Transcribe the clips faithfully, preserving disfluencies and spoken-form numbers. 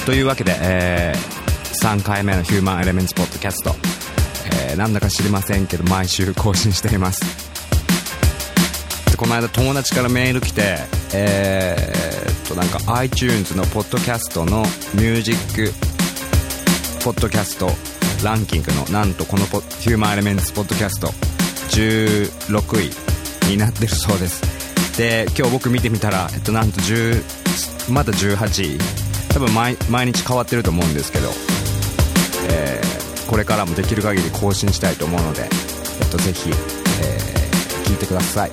というわけで、えー、さんかいめのヒューマンエレメンツポッドキャスト、えー、なんだか知りませんけど毎週更新しています。でこの間友達からメール来て、えー、っとなんか iTunes のポッドキャストのミュージックポッドキャストランキングのなんとこのポヒューマンエレメンツポッドキャストじゅうろくいになってるそうです。で今日僕見てみたら、えっと、なんとじゅうまだじゅうはちい、多分 毎, 毎日変わってると思うんですけど、えー、これからもできる限り更新したいと思うので、えっと、ぜひ、えー、聞いてください。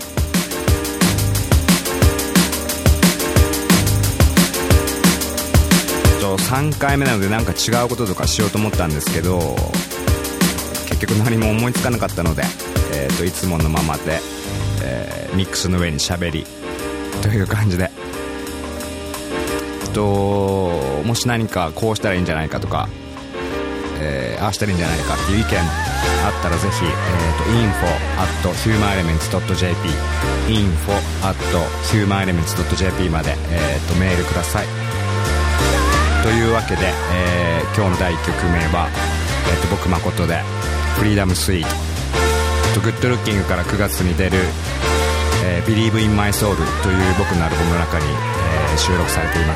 さんかいめなのでなんか違うこととかしようと思ったんですけど、結局何も思いつかなかったので、えー、といつものままで、えー、ミックスの上に喋りという感じで、ともし何かこうしたらいいんじゃないかとか、えー、ああしたらいいんじゃないかっていう意見あったらぜひ、えー、と インフォ アット ヒューマンエレメンツ ドット ジェーピー インフォ アット ヒューマンエレメンツ ドット ジェーピー まで、えー、とメールください。というわけで、えー、今日のだいいっきょくめは、えー、と僕誠でフリーダムスイートとグッドルッキングからくがつに出る、えー、Believe in My Soul という僕のアルバムの中に、えー、収録されています。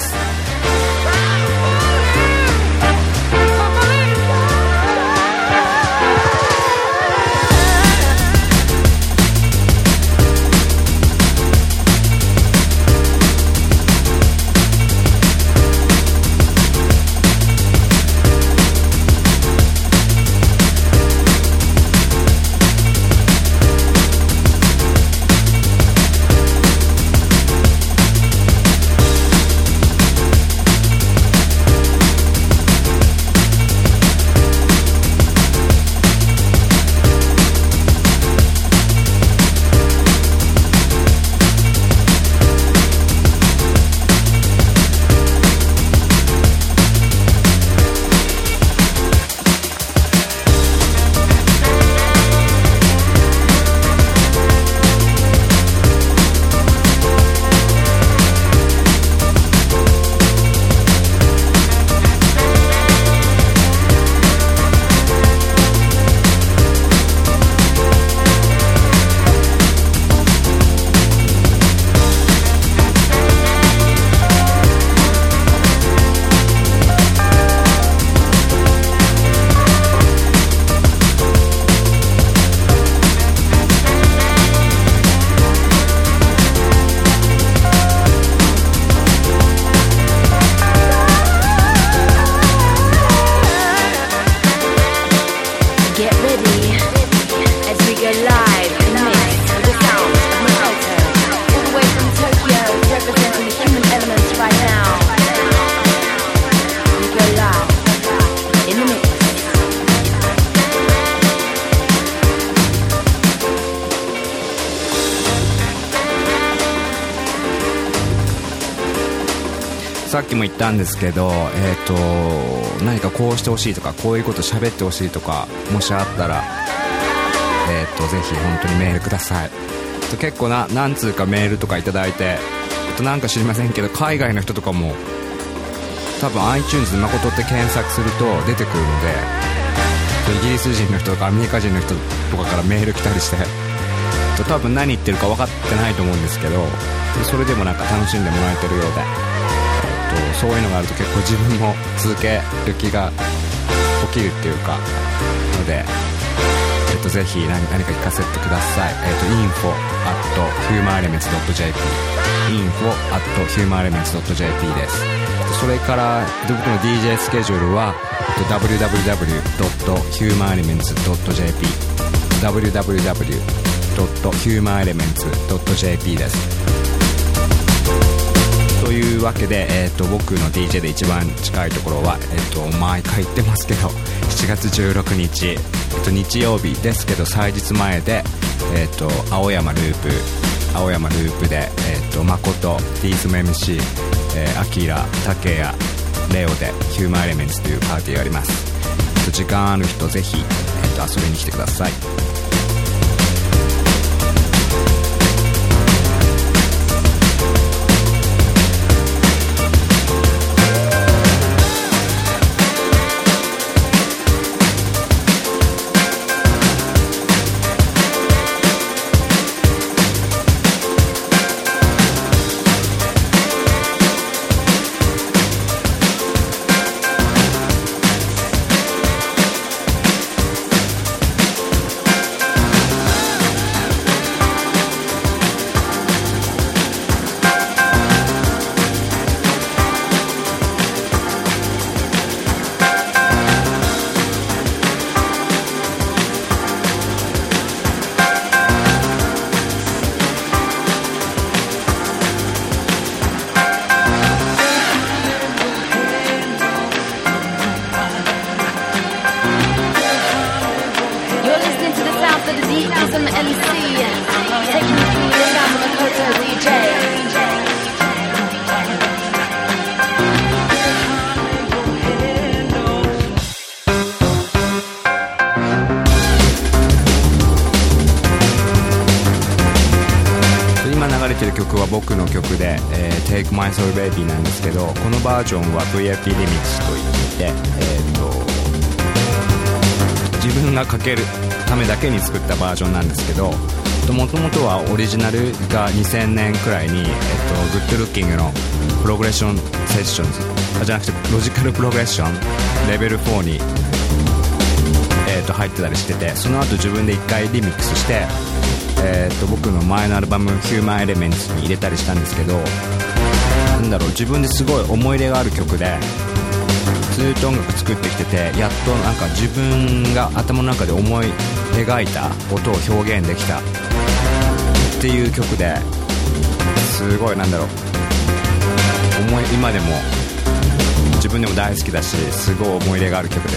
さっきも言ったんですけど、えーと、何かこうしてほしいとかこういうこと喋ってほしいとかもしあったら、えーと、ぜひ本当にメールください。結構な何通かメールとかいただいて、えっと、なんか知りませんけど海外の人とかも多分 iTunes で誠って検索すると出てくるので、イギリス人の人とかアメリカ人の人とかからメール来たりして、多分何言ってるか分かってないと思うんですけど、それでもなんか楽しんでもらえてるようで、えっと、そういうのがあると結構自分も続ける気が起きるっていうかので、えっと、ぜひ 何, 何か聞かせてください。えっと インフォ アット ヒューマンエレメンツ ドット ジェーピー インフォ アット ヒューマンエレメンツ ドット ジェーピー です。それから僕の ディージェー スケジュールは ダブリューダブリューダブリュー ドット ヒューマンエレメンツ ドット ジェーピー ダブリューダブリューダブリュー ドット ヒューマンエレメンツ ドット ジェーピー です。というわけで、えー、と僕の ディージェー で一番近いところは、えー、と毎回言ってますけどしちがつじゅうろくにち、えー、と日曜日ですけど祭日前で、えー、と青山ループ青山ループで、えー、と誠 ティースム エムシー、えー、アキラ、竹谷、レオでヒューマンエレメンツというパーティーがあります。えー、と時間ある人ぜひ、えー、と遊びに来てください。 曲は僕の曲で、えー、Take My Soul Baby なんですけど、このバージョンは ブイアイピー リミックスといって、えー、と自分がかけるためだけに作ったバージョンなんですけど、もともとはオリジナルがにせんねんくらいに、えー、と Good Looking のプログレッションセッションズじゃなくてロジカルプログレッションレベルフォーに、えー、と入ってたりしてて、その後自分でいっかいリミックスして、えー、と僕の前のアルバム Human Elements に入れたりしたんですけど、なんだろう、自分ですごい思い入れがある曲でずっと音楽作ってきてて、やっとなんか自分が頭の中で思い描いた音を表現できたっていう曲で、すごいなんだろう、思い今でも自分でも大好きだし、すごい思い入れがある曲です。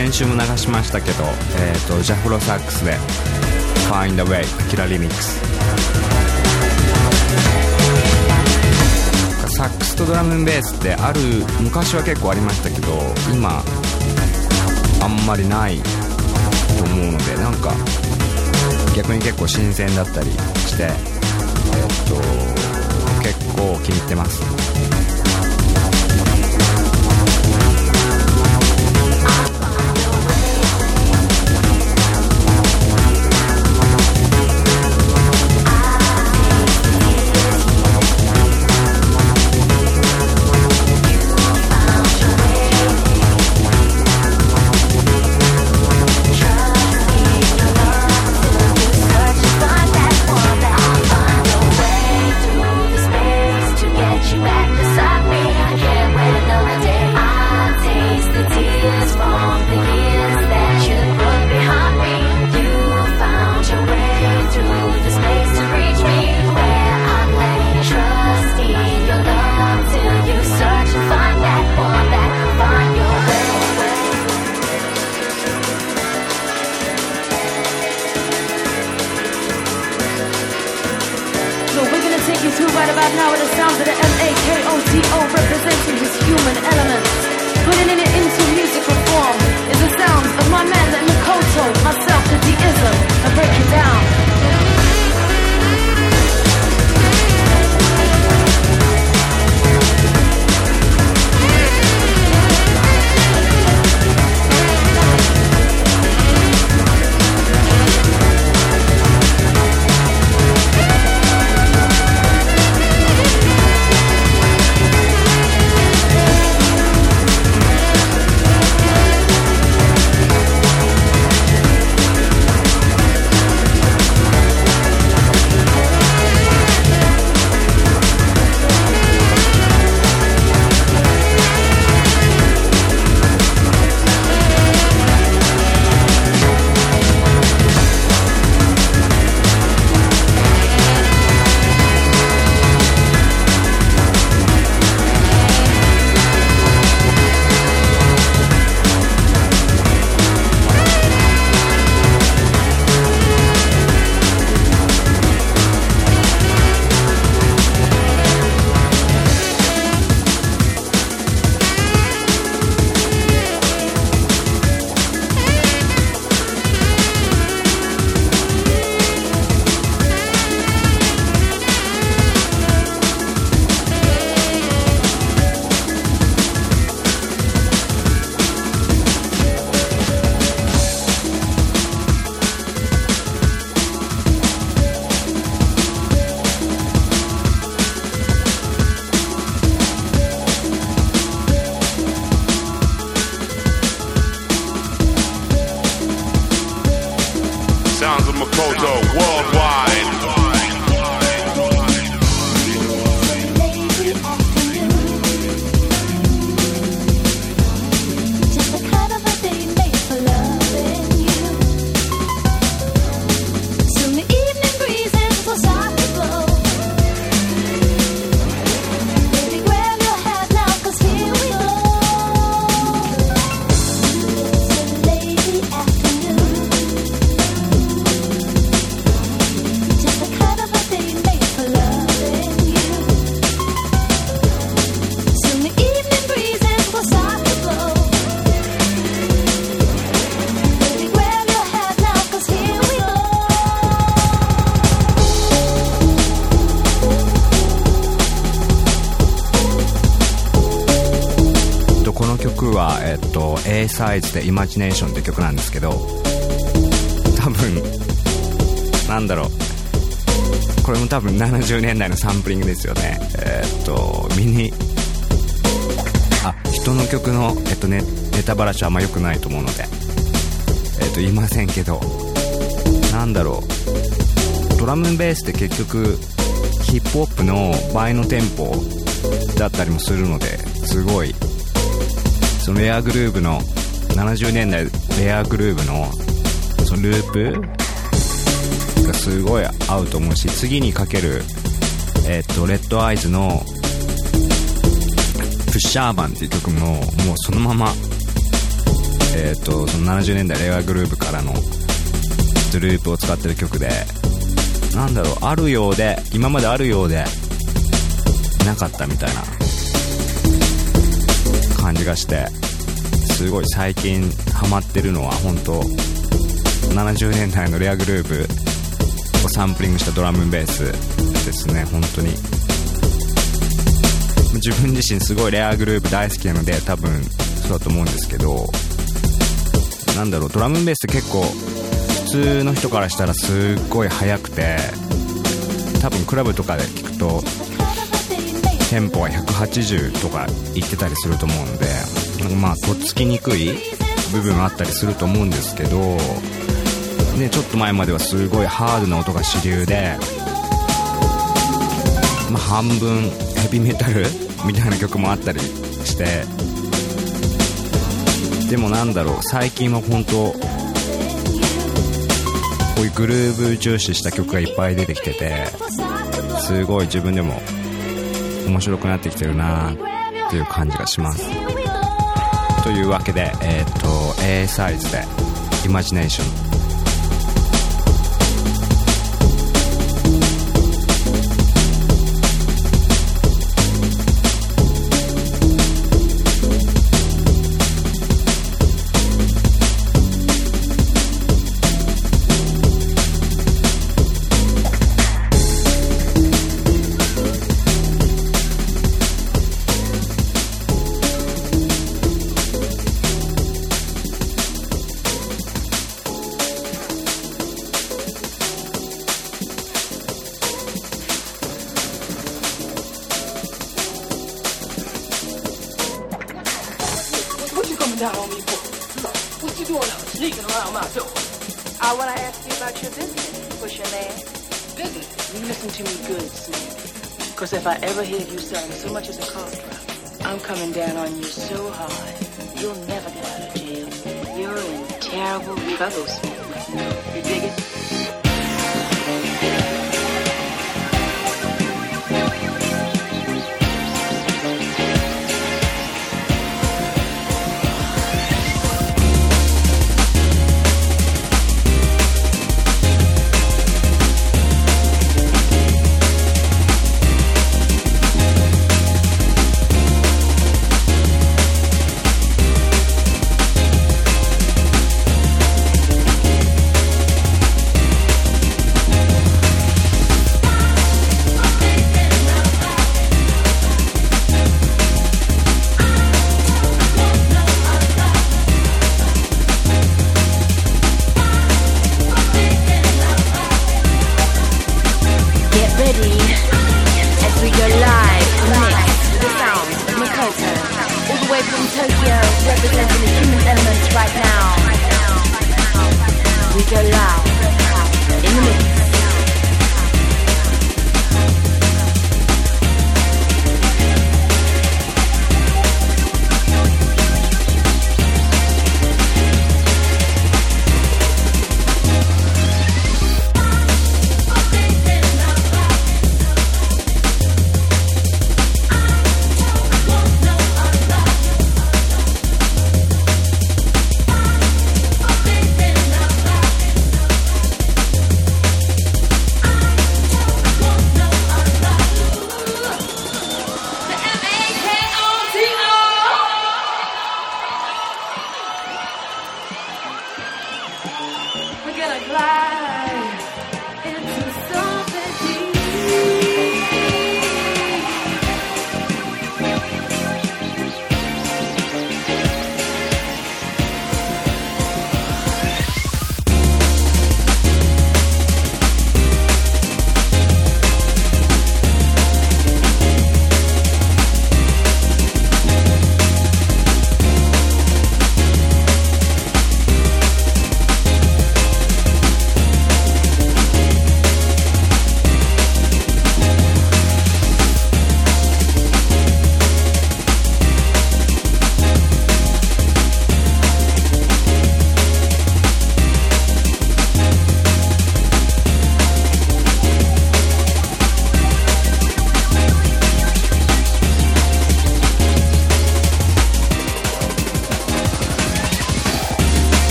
先週も流しましたけど、えー、とジャフロサックスで Find a Way アキラリミックス。サックスとドラムンベースってある、昔は結構ありましたけど今あんまりないと思うので、なんか逆に結構新鮮だったりして、えー、と結構気に入ってます。えっと A サイズでイマジネーションって曲なんですけど、多分なんだろう、これも多分ななじゅうねんだいのサンプリングですよね。えっとミニあ人の曲の、えっとね、ネタバラシはあんま良くないと思うので、えっと言いませんけど、なんだろう、ドラムンベースって結局ヒップホップの倍のテンポだったりもするので、すごいそのレアグルーヴのななじゅうねんだいレアグルーヴのそのループがすごい合うと思うし、次にかけるえっとレッドアイズのプッシャーマンっていう曲ももうそのままえー、とそのななじゅうねんだい令和グルーヴからのループを使ってる曲で、なんだろう、あるようで今まであるようでなかったみたいな感じがして、すごい最近ハマってるのは本当ななじゅうねんだいのレアグルーヴをサンプリングしたドラムベースですね。本当に自分自身すごいレアグルーヴ大好きなので多分そうだと思うんですけど、なんだろう、ドラムベース結構普通の人からしたらすっごい速くて、多分クラブとかで聞くとテンポはひゃくはちじゅうとかいってたりすると思うんで、なんかまあとっつきにくい部分あったりすると思うんですけど、ね、ちょっと前まではすごいハードな音が主流で、まあ、半分ヘビメタルみたいな曲もあったりして、でもなんだろう、最近は本当こういうグルーヴ重視した曲がいっぱい出てきてて、すごい自分でも面白くなってきてるなっていう感じがします。というわけで、えー、と A サイズでイマジネーション。 down on me for? Look, what you doing out sneaking around my door? I want to ask you about your business, Pusha Man. Business? You listen to me good, sweetie. Because if I ever hear you selling so much as a car drop, I'm coming down on you so hard, you'll never get out of jail. You're in terrible trouble, sweetie. You dig it?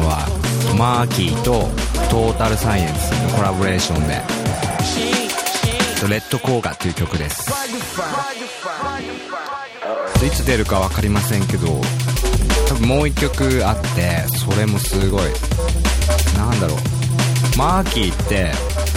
はマーキーとトータルサイエンスのコラボレーションでレッドコーガっていう曲です。いつ出るか分かりませんけど、多分もう一曲あって、それもすごいなんだろう、マーキーって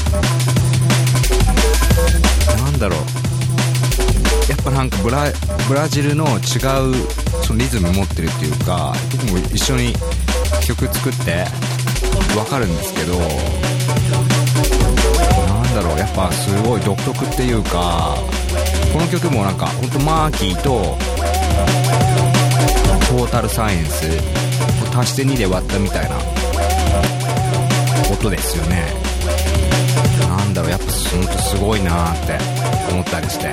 なんだろう、やっぱなんかブラ、ブラジルの違うそのリズム持ってるっていうか、僕も一緒に曲作って分かるんですけど、なんだろう、やっぱすごい独特っていうか、この曲もなんかほんとマーキーとトータルサイエンスを足してにで割ったみたいな音ですよね。なんだろう、やっぱほんとすごいなーって思ったりして、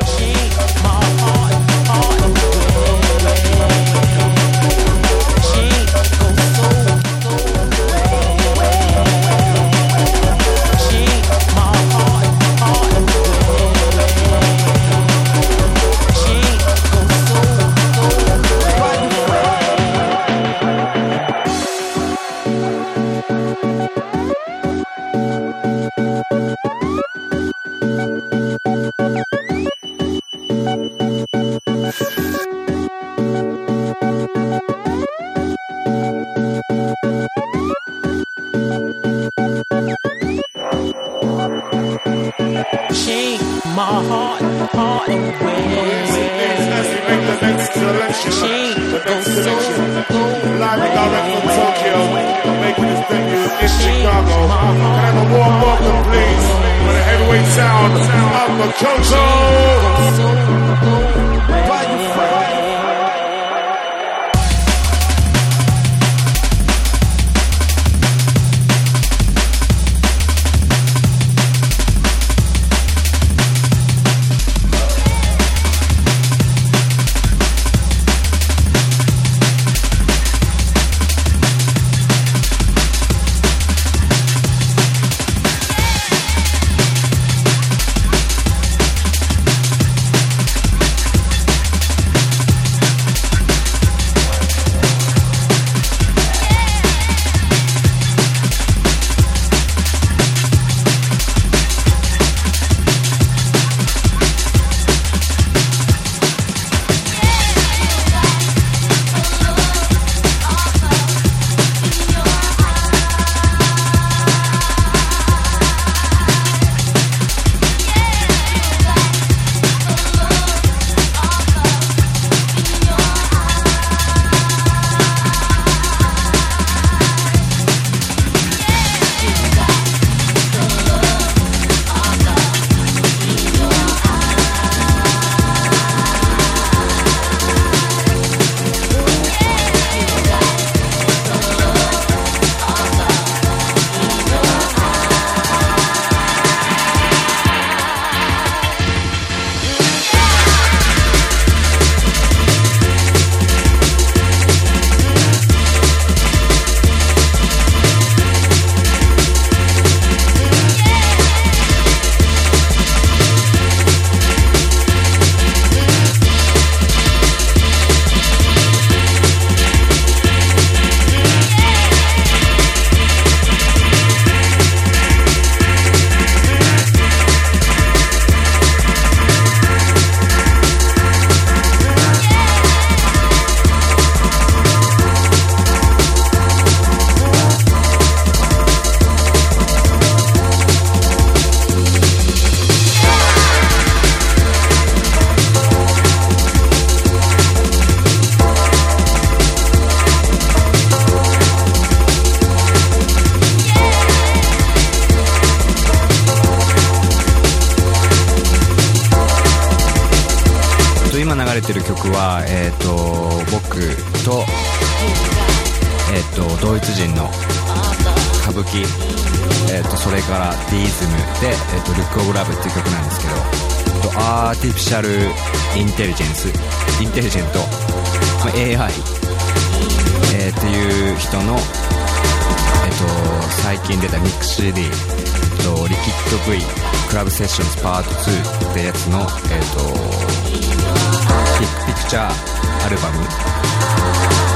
てる曲は、えー、と僕と、えー、とドイツ人の歌舞伎、えー、とそれからディーズムで、えー、とルックオブラブっていう曲なんですけど、とアーティフィシャルインテリジェンスインテリジェント、まあ、エーアイ、えー、っていう人の、えー、と最近出たミックス シーディー とリキッド V クラブセッションズパートツーってやつの、えー、とピクチャーアルバム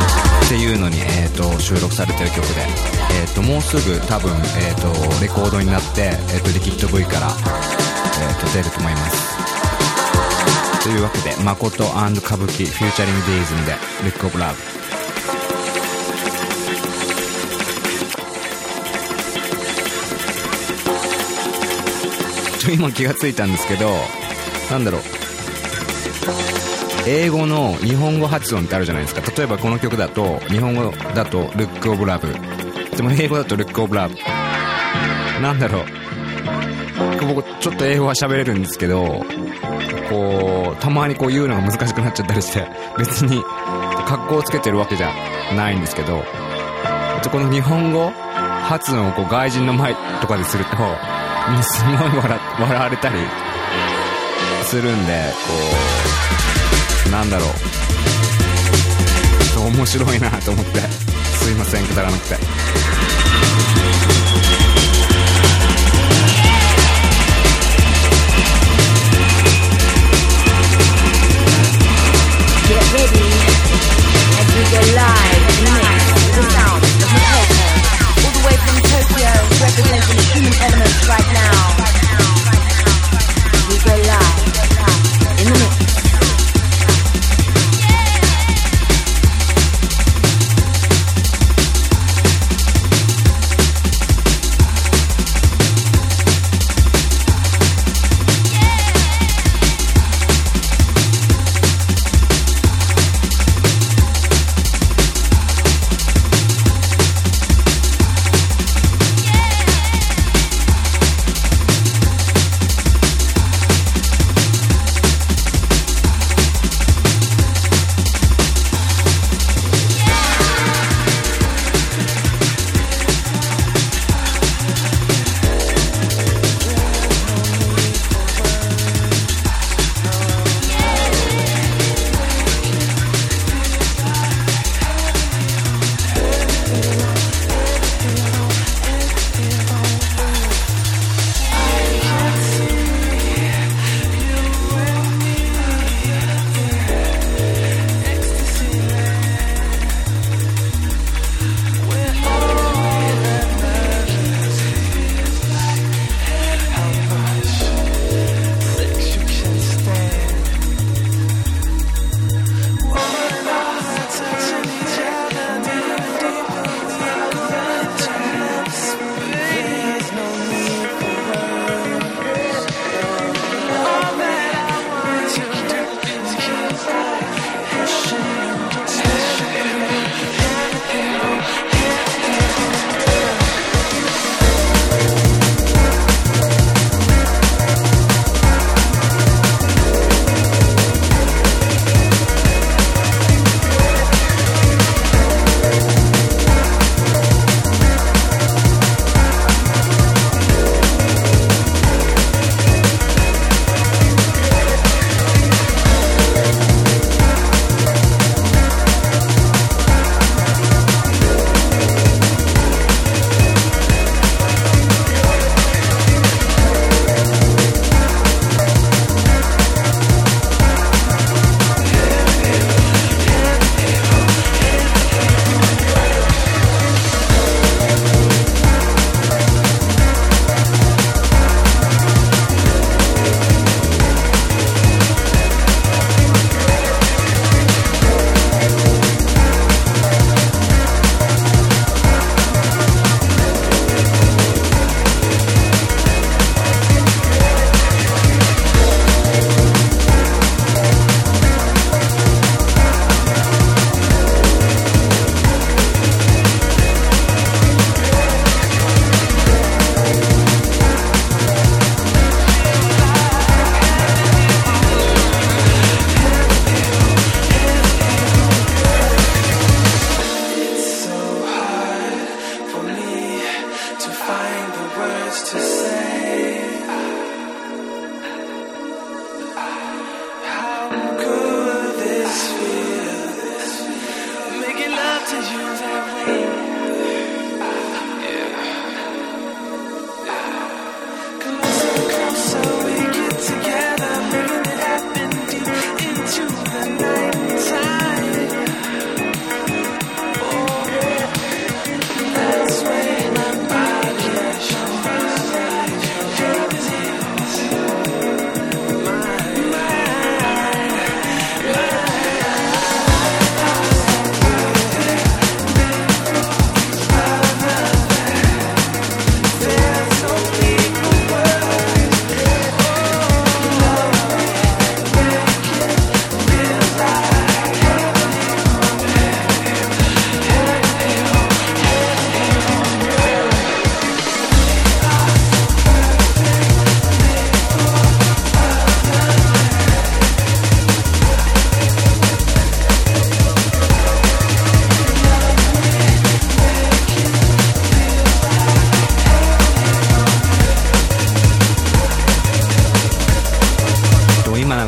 っていうのに、えー、と収録されてる曲で、えー、ともうすぐ多分、えー、とレコードになって、えー、とリキッド V から、えー、と出ると思います。というわけで誠&歌舞伎フューチャリングデイズムでルックオブラブ。ちょ今気がついたんですけど、なんだろう、英語の日本語発音ってあるじゃないですか。例えばこの曲だと日本語だとルックオブラブ、でも英語だとルックオブラブ。なんだろう、僕ちょっと英語は喋れるんですけど、こうたまにこう言うのが難しくなっちゃったりして、別に格好をつけてるわけじゃないんですけど、この日本語発音をこう外人の前とかでするとすごい 笑, 笑われたりするんで、こうなんだろう、面白いなと思って、すいませんくだらなくて。 Get ready as we go live in the mix with the sound of Makoto, all the way from Tokyo, representing human elements right now. We go live in the mix.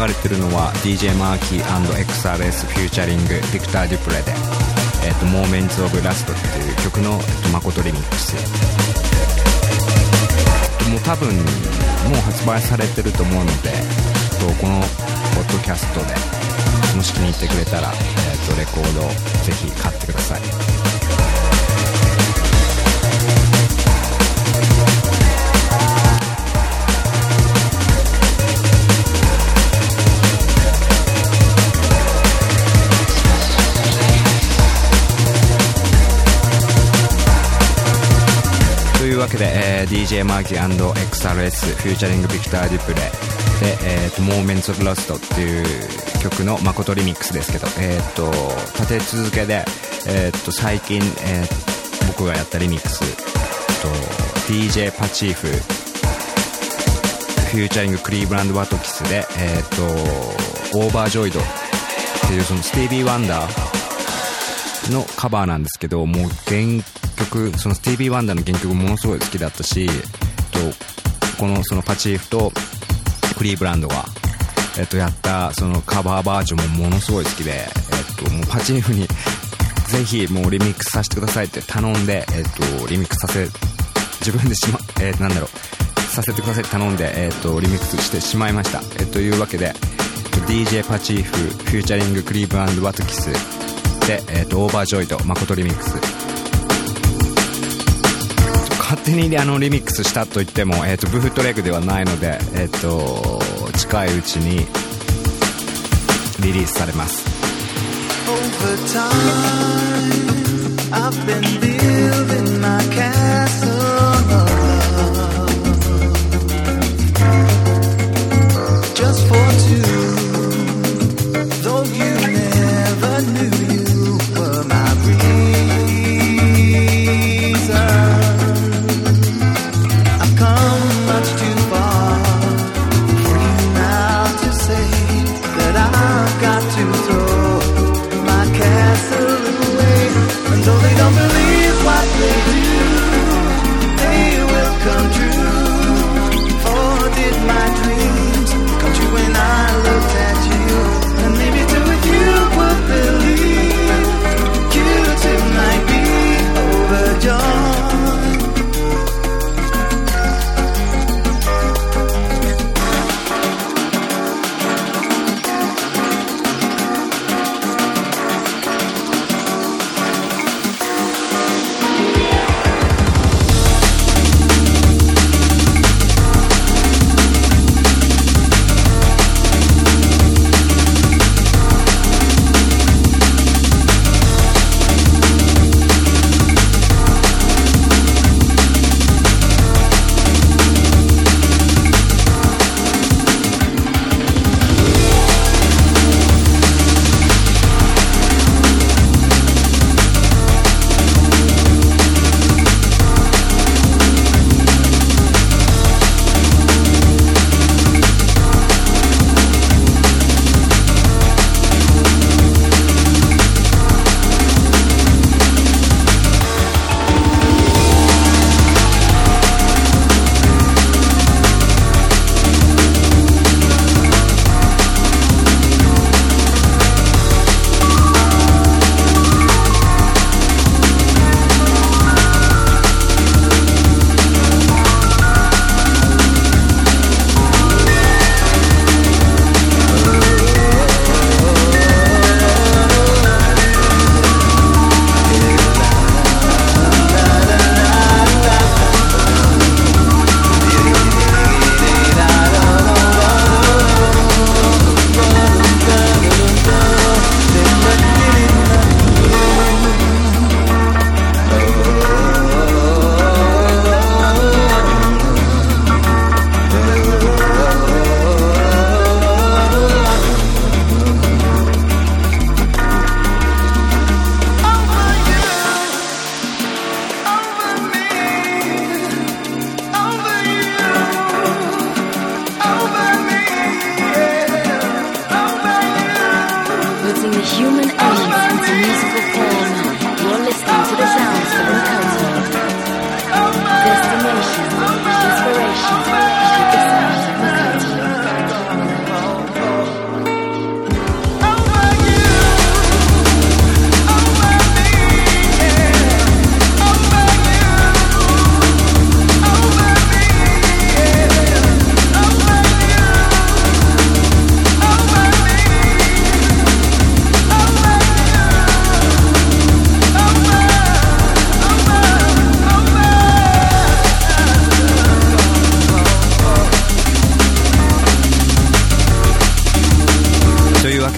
れてるのは ディージェー マーキー エックスアールエス フューチャリングビクター・デュプレで、えー、と Moments of Lust っていう曲の、えー、と誠リミックス。もう多分もう発売されてると思うので、えー、とこのポッドキャストでもし気に入ってくれたら、えー、とレコードをぜひ買ってください。というわけで、えー、ディージェー マーキー エックスアールエス フューチャリングビクター・デュプレで、えー、と Moments of Lust っていう曲の誠リミックスですけど、えー、と立て続けで、えー、と最近、えー、僕がやったリミックスと ディージェー パチーフフューチャリングクリーブランド・ワトキスで、えー、とオーバージョイドっていうそのスティービー・ワンダーのカバーなんですけど、もう原曲そのスティービー・ワンダーの原曲ものすごい好きだったし、とこのそのパチーフとクリーブランドが、えっと、やったそのカバーバージョンもものすごい好きで、えっと、もうパチーフにぜひもうリミックスさせてくださいって頼んで、えっと、リミックスさせ自分でしま、えー、なんだろうさせてくださいって頼んで、えっと、リミックスしてしまいました。えっと、いうわけで ディージェー パチーフフューチャリングクリーブランド・ワトキスで、えっと、オーバージョイド誠リミックス、勝手にあのリミックスしたといっても、えー、とブートレグではないので、えー、と近いうちにリリースされます。 Over time, I've been building my castle of love just for two, though you never knew you were my reason.Much too far for you now to say that I've got to throw my castle away. And though they don't believe what they do,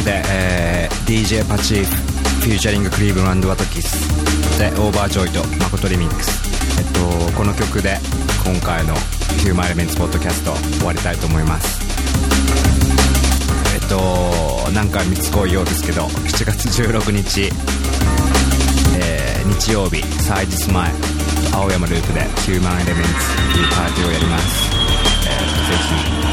曲で、えー、ディージェー パチーフフューチャリングクリーブランドワトキスでオーバージョイと誠リミックス、えっと、この曲で今回のヒューマンエレメンツポッドキャスト終わりたいと思います。えっと何回みつこいようですけどしちがつじゅうろくにち、えー、日曜日祭日前青山ループでヒューマンエレメンツというパーティーをやります。えー、ぜひ